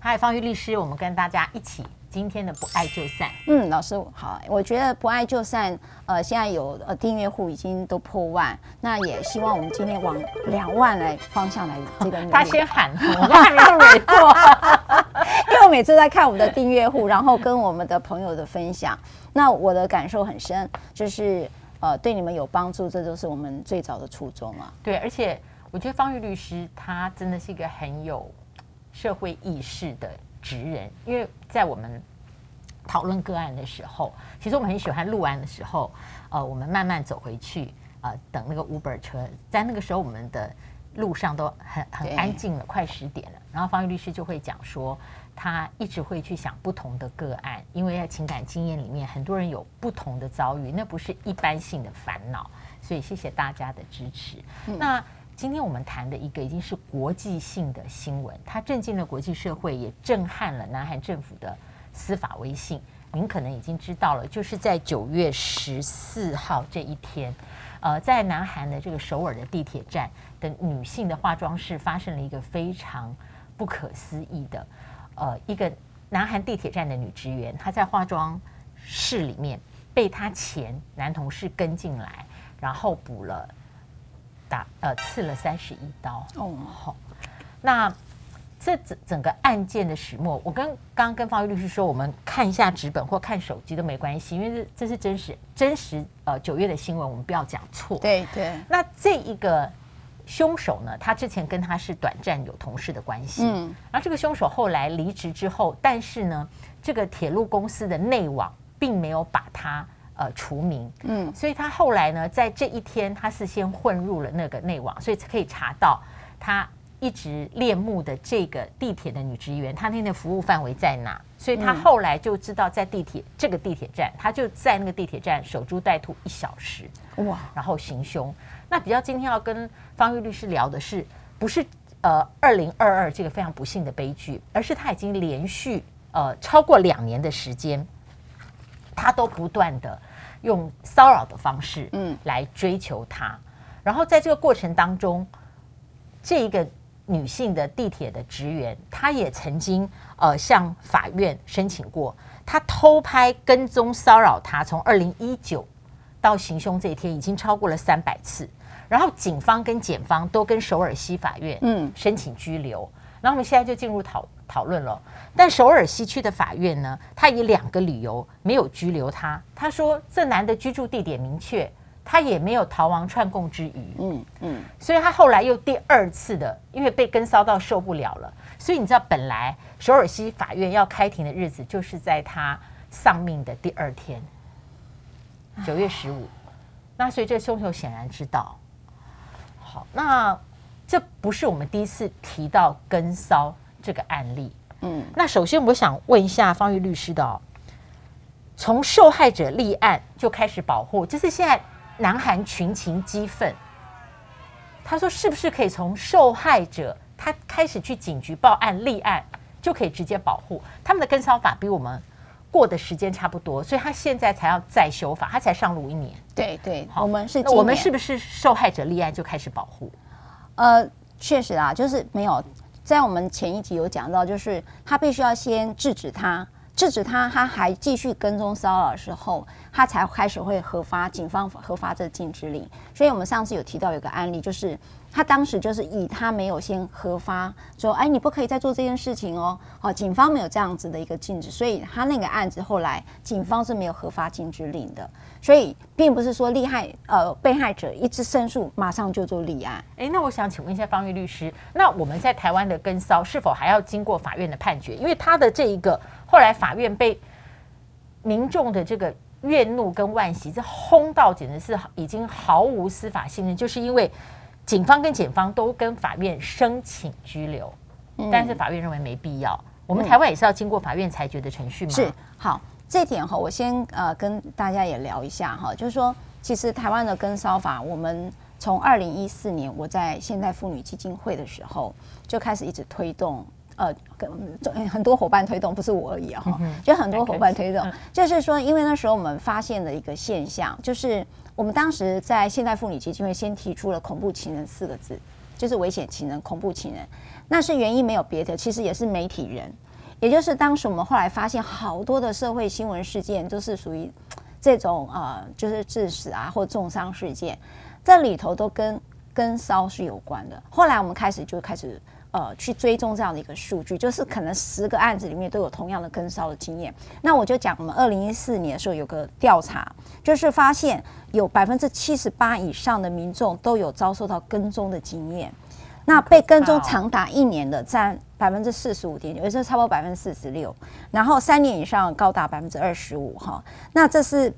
嗨，方瑜律师，我们跟大家一起今天的不爱就散。 老师好，我觉得不爱就散，现在有订阅户已经都破万，那也希望我们今天往2万来方向来这个努力。 他先喊，我都还没有蕊过， 因为我每次在看我们的订阅户，然后跟我们的朋友的分享，那我的感受很深，就是对你们有帮助，这就是我们最早的初衷啊。 对，而且我觉得方瑜律师他真的是一个很有社会意识的职人，因为在我们讨论个案的时候，其实我们很喜欢录案的时候，我们慢慢走回去，等那个 Uber 车，在那个时候我们的路上都很安静了，快10点了。然后方瑜律师就会讲说，他一直会去想不同的个案，因为在情感经验里面，很多人有不同的遭遇，那不是一般性的烦恼。所以谢谢大家的支持。那今天我们谈的一个已经是国际性的新闻，它震惊了国际社会，也震撼了南韩政府的司法威信。您可能已经知道了，就是在9月14号这一天，在南韩的这个首尔的地铁站的女性的化妆室发生了一个非常不可思议的，一个南韩地铁站的女职员，她在化妆室里面被她前男同事跟进来，然后补了刺了31刀。那这整个案件的始末，我刚刚跟方瑜律师说，我们看一下纸本或看手机都没关系，因为这是真实9月的新闻，我们不要讲错。 对。 那这一个凶手呢，他之前跟他是短暂有同事的关系，然后这个凶手后来离职之后，但是呢，这个铁路公司的内网并没有把他除名，所以他后来呢，在这一天他是先混入了那个内网，所以可以查到他一直恋慕的这个地铁的女职员，她那天的服务范围在哪，所以他后来就知道在这个地铁站，他就在那个地铁站守株待兔1小时，哇，然后行凶。那比较今天要跟方瑜律师聊的是，不是2022这个非常不幸的悲剧，而是他已经连续超过2年的时间，他都不断的用骚扰的方式来追求他，然后在这个过程当中，这一个女性的地铁的职员，她也曾经向法院申请过，她偷拍跟踪骚扰她，从2019到行凶这一天已经超过了300次，然后警方跟检方都跟首尔西法院申请拘留，然后我们现在就进入讨论了。但首尔西区的法院呢，他以2个理由没有拘留他。他说这男的居住地点明确，他也没有逃亡串供之余，所以他后来又第2次的，因为被跟骚到受不了了，所以你知道本来首尔西法院要开庭的日子就是在他丧命的第2天，9月15。那所以这凶手显然知道。好，那这不是我们第一次提到跟骚这个案例。那首先我想问一下方瑜律师的从受害者立案就开始保护，这是现在南韩群情激愤。他说是不是可以从受害者他开始去警局报案立案，就可以直接保护？他们的跟骚法比我们过的时间差不多，所以他现在才要再修法，他才上路1年。 对， 好， 我们是我们是不是受害者立案就开始保护？ 确实啦，就是没有在我们前一集有讲到，就是他必须要先制止他，他还继续跟踪骚扰的时候，他才开始会警方核发这禁止令。所以我们上次有提到有个案例，就是他当时就是以他没有先核发说，你不可以再做这件事情哦，警方没有这样子的一个禁止，所以他那个案子后来警方是没有核发禁止令的，所以并不是说被害者一直申诉马上就做立案。 那我想请问一下方瑜律师，那我们在台湾的跟骚是否还要经过法院的判决？因为他的这一个后来法院被民众的这个怨怒跟惋惜，这轰到简直是已经毫无司法信任，就是因为警方跟检方都跟法院申请拘留，但是法院认为没必要。我们台湾也是要经过法院裁决的程序吗？ 是。好，这点我先跟大家也聊一下就是说，其实台湾的跟骚法，我们从2014年我在现代妇女基金会的时候就开始一直推动。很多伙伴推动，不是我而已就很多伙伴推动，就是说，因为那时候我们发现了一个现象，就是我们当时在现代妇女基金会先提出了恐怖情人4个字，就是危险情人、恐怖情人。那是原因没有别的，其实也是媒体人， 也就是当时我们后来发现好多的社会新闻事件都是属于这种就是致死啊或重伤事件，这里头都跟骚是有关的。后来我们开始去追踪这样的一个数据，就是可能10个案子里面都有同样的跟骚的经验。那我就讲我们2014年的时候有个调查，就是发现有78%以上的民众都有遭受到跟踪的经验。那被跟踪长达1年的占45.9%，也就是差不多46%，然后3年以上高达25%哈。那这是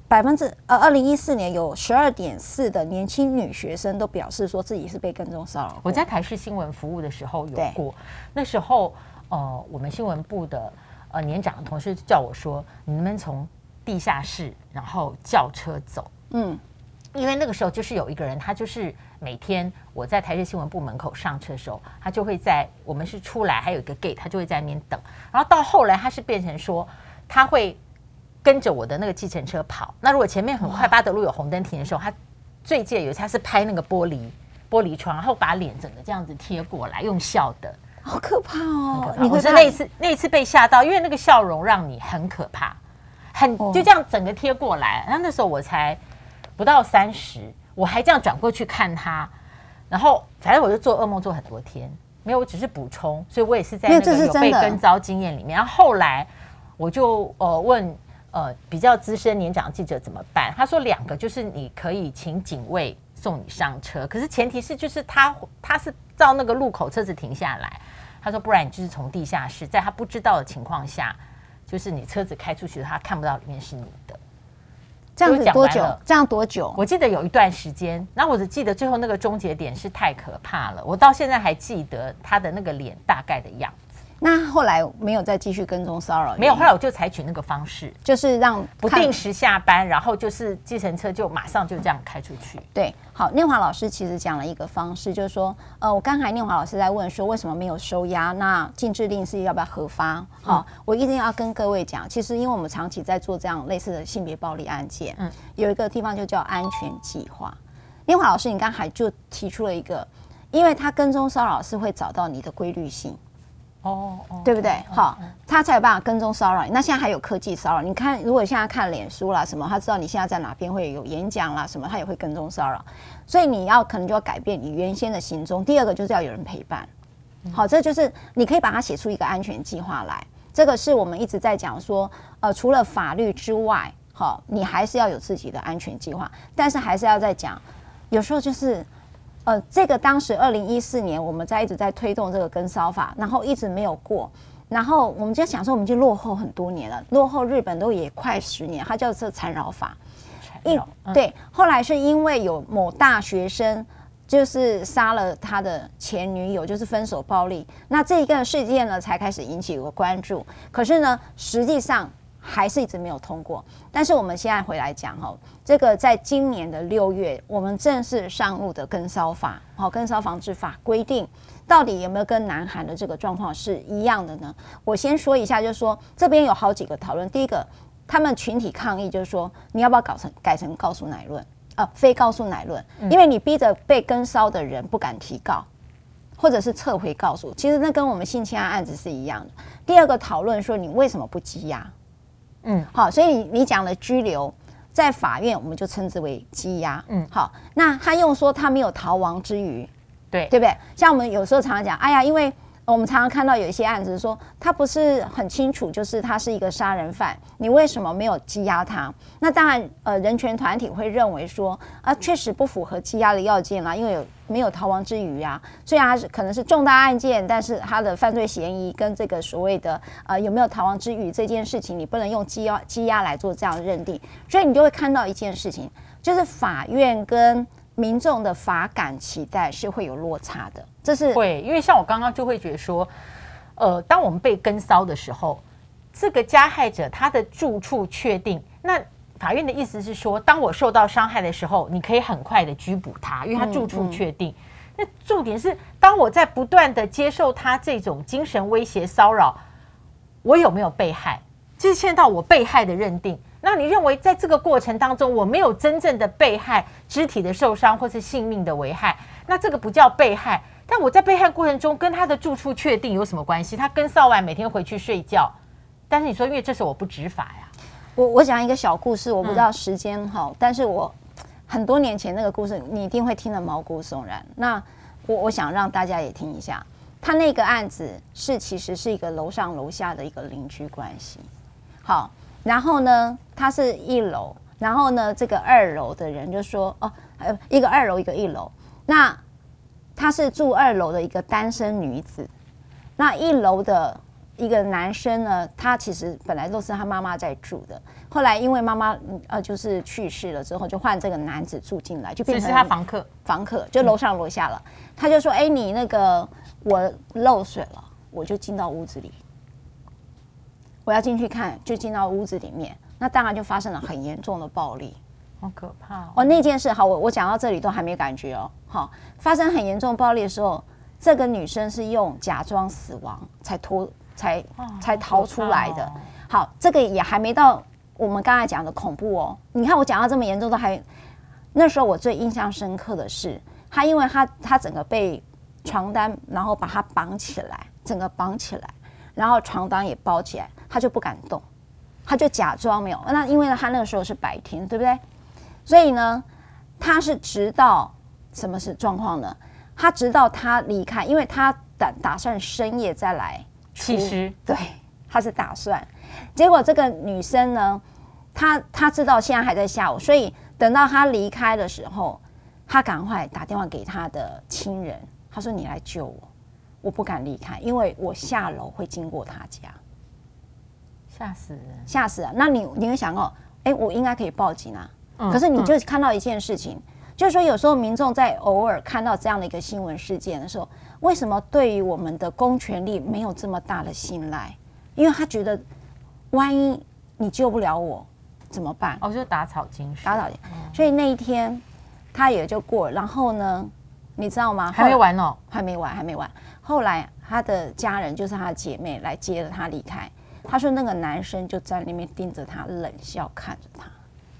2014年有12.4%的年轻女学生都表示说自己是被跟踪骚扰。 我在台视新闻服务的时候有过，那时候我们新闻部的年长的同事叫我说，你能不能从地下室然后叫车走？因为那个时候就是有一个人，他就是每天我在台视新闻部门口上车的时候，他就会在我们是出来还有一个 gate， 他就会在那边等。然后到后来他是变成说他会跟着我的那个计程车跑。那如果前面很快八德路有红灯停的时候，他最记得有一次他是拍那个玻璃窗，然后把脸整个这样子贴过来，用笑的， 好可怕哦！ 我是那一次被吓到，因为那个笑容让你很可怕，就这样整个贴过来。然后那时候我才不到30，我还这样转过去看他，然后反正我就做噩梦做很多天，没有，我只是补充，所以我也是在那个有被跟骚经验里面。然后后来我就问比较资深年长记者怎么办，他说2个，就是你可以请警卫送你上车，可是前提是就是他是照那个路口车子停下来，他说不然你就是从地下室，在他不知道的情况下，就是你车子开出去他看不到里面是你的。 这样子多久？这样多久？ 我记得有一段时间，然后我只记得最后那个终结点是太可怕了，我到现在还记得他的那个脸大概的样子。 那后来没有再继续跟踪骚扰？ 没有，后来我就采取那个方式， 就是让不定时下班，然后就是计程车就马上就这样开出去。 对，好，念华老师其实讲了一个方式，就是说，我刚才念华老师在问说为什么没有收押，那禁制令是要不要核发？好，我一定要跟各位讲，其实因为我们长期在做这样类似的性别暴力案件，有一个地方就叫安全计划。念华老师，你刚才就提出了一个，因为他跟踪骚扰是会找到你的规律性。对不对？好，他才有办法跟踪骚扰你。那现在还有科技骚扰，你看，如果现在看脸书啦什么，他知道你现在在哪边会有演讲啦什么，他也会跟踪骚扰。所以你可能就要改变你原先的行踪。第二个就是要有人陪伴。好，这就是你可以把它写出一个安全计划来。这个是我们一直在讲说，除了法律之外，好，你还是要有自己的安全计划。但是还是要再讲，有时候就是。这个当时2014年我们一直在推动这个跟骚法，然后一直没有过，然后我们就想说我们已经落后很多年了，落后日本都也快10年，它叫做缠绕法。对，后来是因为有某大学生就是杀了他的前女友，就是分手暴力，那这个事件呢才开始引起我关注。可是呢，实际上还是一直没有通过。但是我们现在回来讲这个在今年的6月，我们正式上路的跟骚法，跟骚防治法规定，到底有没有跟南韩的这个状况是一样的呢？我先说一下，就是说这边有好几个讨论。第一个，他们群体抗议，就是说你要不要改成告诉乃论，非告诉乃论，因为你逼着被跟骚的人不敢提告，或者是撤回告诉，其实那跟我们性侵案子是一样的。第二个讨论说你为什么不羁押？好，所以你讲的拘留，在法院我们就称之为羁押。好，那他用说他没有逃亡之余，对不对？像我们有时候常常讲，哎呀，因为我们常常看到有一些案子说他不是很清楚，就是他是一个杀人犯，你为什么没有羁押他？那当然，人权团体会认为说确实不符合羁押的要件啦，因为没有逃亡之余啊。虽然他可能是重大案件，但是他的犯罪嫌疑跟这个所谓的有没有逃亡之余这件事情，你不能用羁押来做这样的认定。所以你就会看到一件事情，就是法院跟民众的法感期待是会有落差的。这是会，因为像我刚刚就会觉得说，当我们被跟骚的时候，这个加害者他的住处确定，那法院的意思是说，当我受到伤害的时候，你可以很快的拘捕他，因为他住处确定。那重点是，当我在不断的接受他这种精神威胁骚扰，我有没有被害？这是牵涉到我被害的认定。那你认为在这个过程当中，我没有真正的被害，肢体的受伤或是性命的危害，那这个不叫被害。但我在被害过程中跟他的住处确定有什么关系？他跟骚完每天回去睡觉， 但是你说因为这是我不执法呀。 我讲一个小故事，我不知道时间好，但是我很多年前那个故事，你一定会听得毛骨悚然。那我想让大家也听一下，他那个案子其实是一个楼上楼下的一个邻居关系。好，然后呢，他是1楼，然后呢，这个2楼的人就说，一个2楼，一个1楼，那他是住2楼的一个单身女子，那1楼的一个男生呢，他其实本来都是他妈妈在住的，后来因为妈妈就是去世了之后，就换这个男子住进来，就变成他房客， 就楼上楼下了。他就说：“你那个我漏水了，我就进到屋子里，我要进去看，就进到屋子里面。那当然就发生了很严重的暴力， 好可怕那件事好，我讲到这里都还没感觉哦。好，发生很严重暴力的时候，这个女生是用假装死亡才逃出来的。好，这个也还没到我们刚才讲的恐怖哦。你看我讲到这么严重，那时候我最印象深刻的是，他因为他整个被床单，然后把他绑起来，整个绑起来，然后床单也包起来，他就不敢动，他就假装没有。那因为他那个时候是白天，对不对？所以呢，他是直到什么是状况呢？他直到他离开，因为他打算深夜再来弃尸， 对，他是打算。结果这个女生呢，她知道现在还在下午，所以等到她离开的时候，她赶快打电话给她的亲人，她说：“你来救我，我不敢离开，因为我下楼会经过她家。” 吓死人！ 吓死人！那你会想哦，我应该可以报警啊。可是你就看到一件事情，就是说有时候民众在偶尔看到这样的一个新闻事件的时候，为什么对于我们的公权力没有这么大的信赖？因为他觉得，万一你救不了我怎么办？ 就打草惊蛇， 所以那一天他也就过了。然后呢，你知道吗？ 还没完哦， 还没完。后来他的家人，就是他的姐妹来接了他离开。他说那个男生就在那边盯着他，冷笑看着他。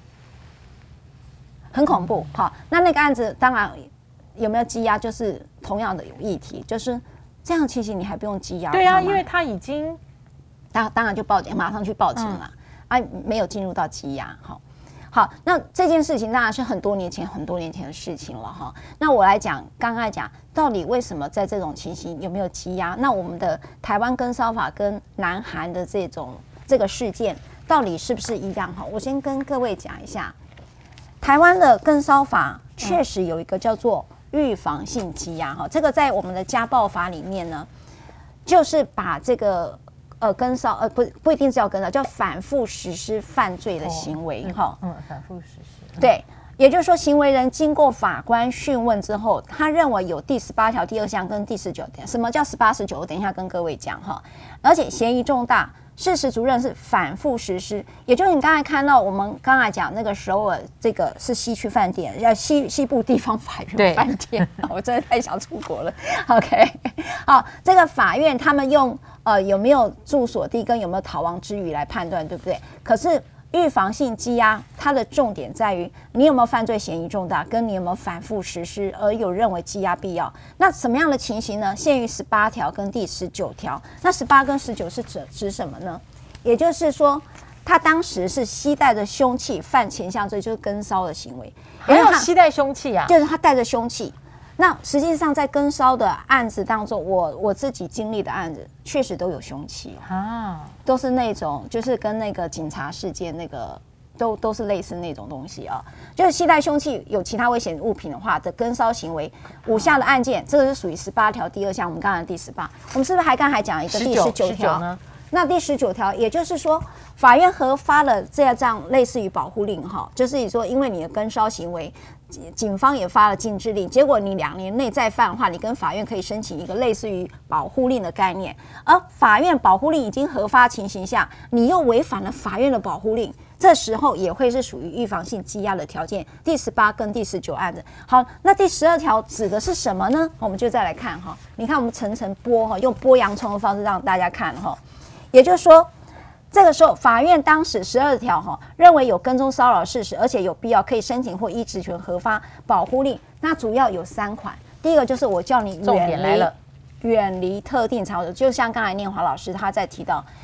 很恐怖。好，那个案子当然有没有羁押，就是同样的有议题，就是这样情形你还不用羁押？ 对啊，因为他已经， 当然就报警，马上去报警了。没有进入到羁押。好，那这件事情当然是很多年前的事情了哈。那我来讲，刚才讲到底为什么在这种情形有没有羁押？那我们的台湾跟骚法跟南韩的这个事件到底是不是一样？哈，我先跟各位讲一下。台湾的跟骚法确实有一个叫做预防性羁押哈，这个在我们的家暴法里面呢，就是把这个跟骚不一定是叫跟骚，叫反复实施犯罪的行为哈。 反复实施。 对，也就是说，行为人经过法官讯问之后，他认为有第18条第2项跟第19条。什么叫18、19？我等一下跟各位讲哈。而且嫌疑重大。事实足认是反复实施，也就是你刚才看到我们刚才讲那个首尔，这个是西区饭店，西部地方法院饭店，我真的太想出国了。OK， 好，这个法院他们用有没有住所地跟有没有逃亡之余来判断，对不对？可是预防性羁押，它的重点在于你有没有犯罪嫌疑重大，跟你有没有反复实施，而有认为羁押必要。那什么样的情形呢？限于18条跟第19条。那18跟19是指什么呢？也就是说，他当时是携带着凶器犯前项罪，就是跟骚的行为。 没有携带凶器啊？ 就是他带着凶器。那实际上在跟骚的案子当中，我自己经历的案子确实都有凶器啊，都是那种就是跟那个警察事件那个都是类似那种东西啊，就是携带凶器有其他危险物品的话的跟骚行为，5项的案件，这个是属于18条第2项，我们刚才第18，我们是不是还讲一个第19条呢？ 那第19条，也就是说，法院核发了这样类似于保护令哈，就是说，因为你的跟骚行为，警方也发了禁制令，结果你2年内再犯的话，你跟法院可以申请一个类似于保护令的概念，而法院保护令已经核发情形下，你又违反了法院的保护令，这时候也会是属于预防性羁押的条件。第18跟第19案子，好，那第12条指的是什么呢？我们就再来看哈，你看我们层层剥哈，用剥洋葱的方式让大家看哈。也就是说，这个时候法院当时12条认为有跟踪骚扰事实，而且有必要可以申请或依职权核发保护令。那主要有3款，第一个就是我叫你远离特定场所，就像刚才念华老师他在提到，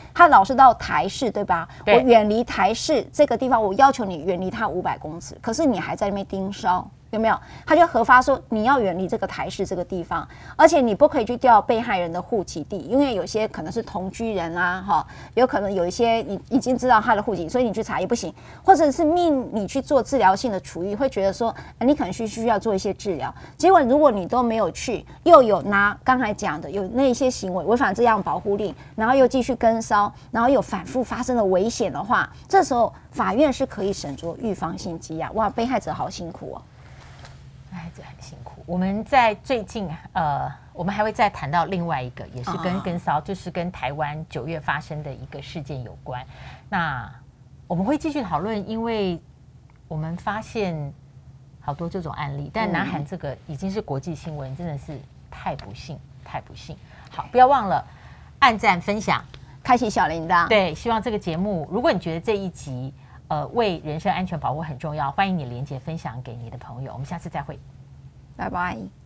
他老是到台视，对吧？ 对我远离台视这个地方，我要求你远离它500公尺，可是你还在那边盯梢。有没有？他就核发说你要远离这个台视这个地方，而且你不可以去调被害人的户籍地，因为有些可能是同居人啊，哈，有可能有一些你已经知道他的户籍，所以你去查也不行，或者是命你去做治疗性的处遇，会觉得说你可能需要做一些治疗，结果如果你都没有去，又有拿刚才讲的有那些行为违反这样保护令，然后又继续跟梢，然后有反复发生的危险的话，这时候法院是可以审酌预防性羁押。哇，被害者好辛苦哦。 哎，这很辛苦。我们在最近，我们还会再谈到另外一个，也是跟骚，就是跟台湾9月发生的一个事件有关。那我们会继续讨论，因为我们发现好多这种案例，但南韩这个已经是国际新闻，真的是太不幸，太不幸。好，不要忘了按赞、分享、 开启小铃铛。 对，希望这个节目，如果你觉得这一集为人身安全保护很重要，欢迎你连结分享给你的朋友。我们下次再会， 拜拜。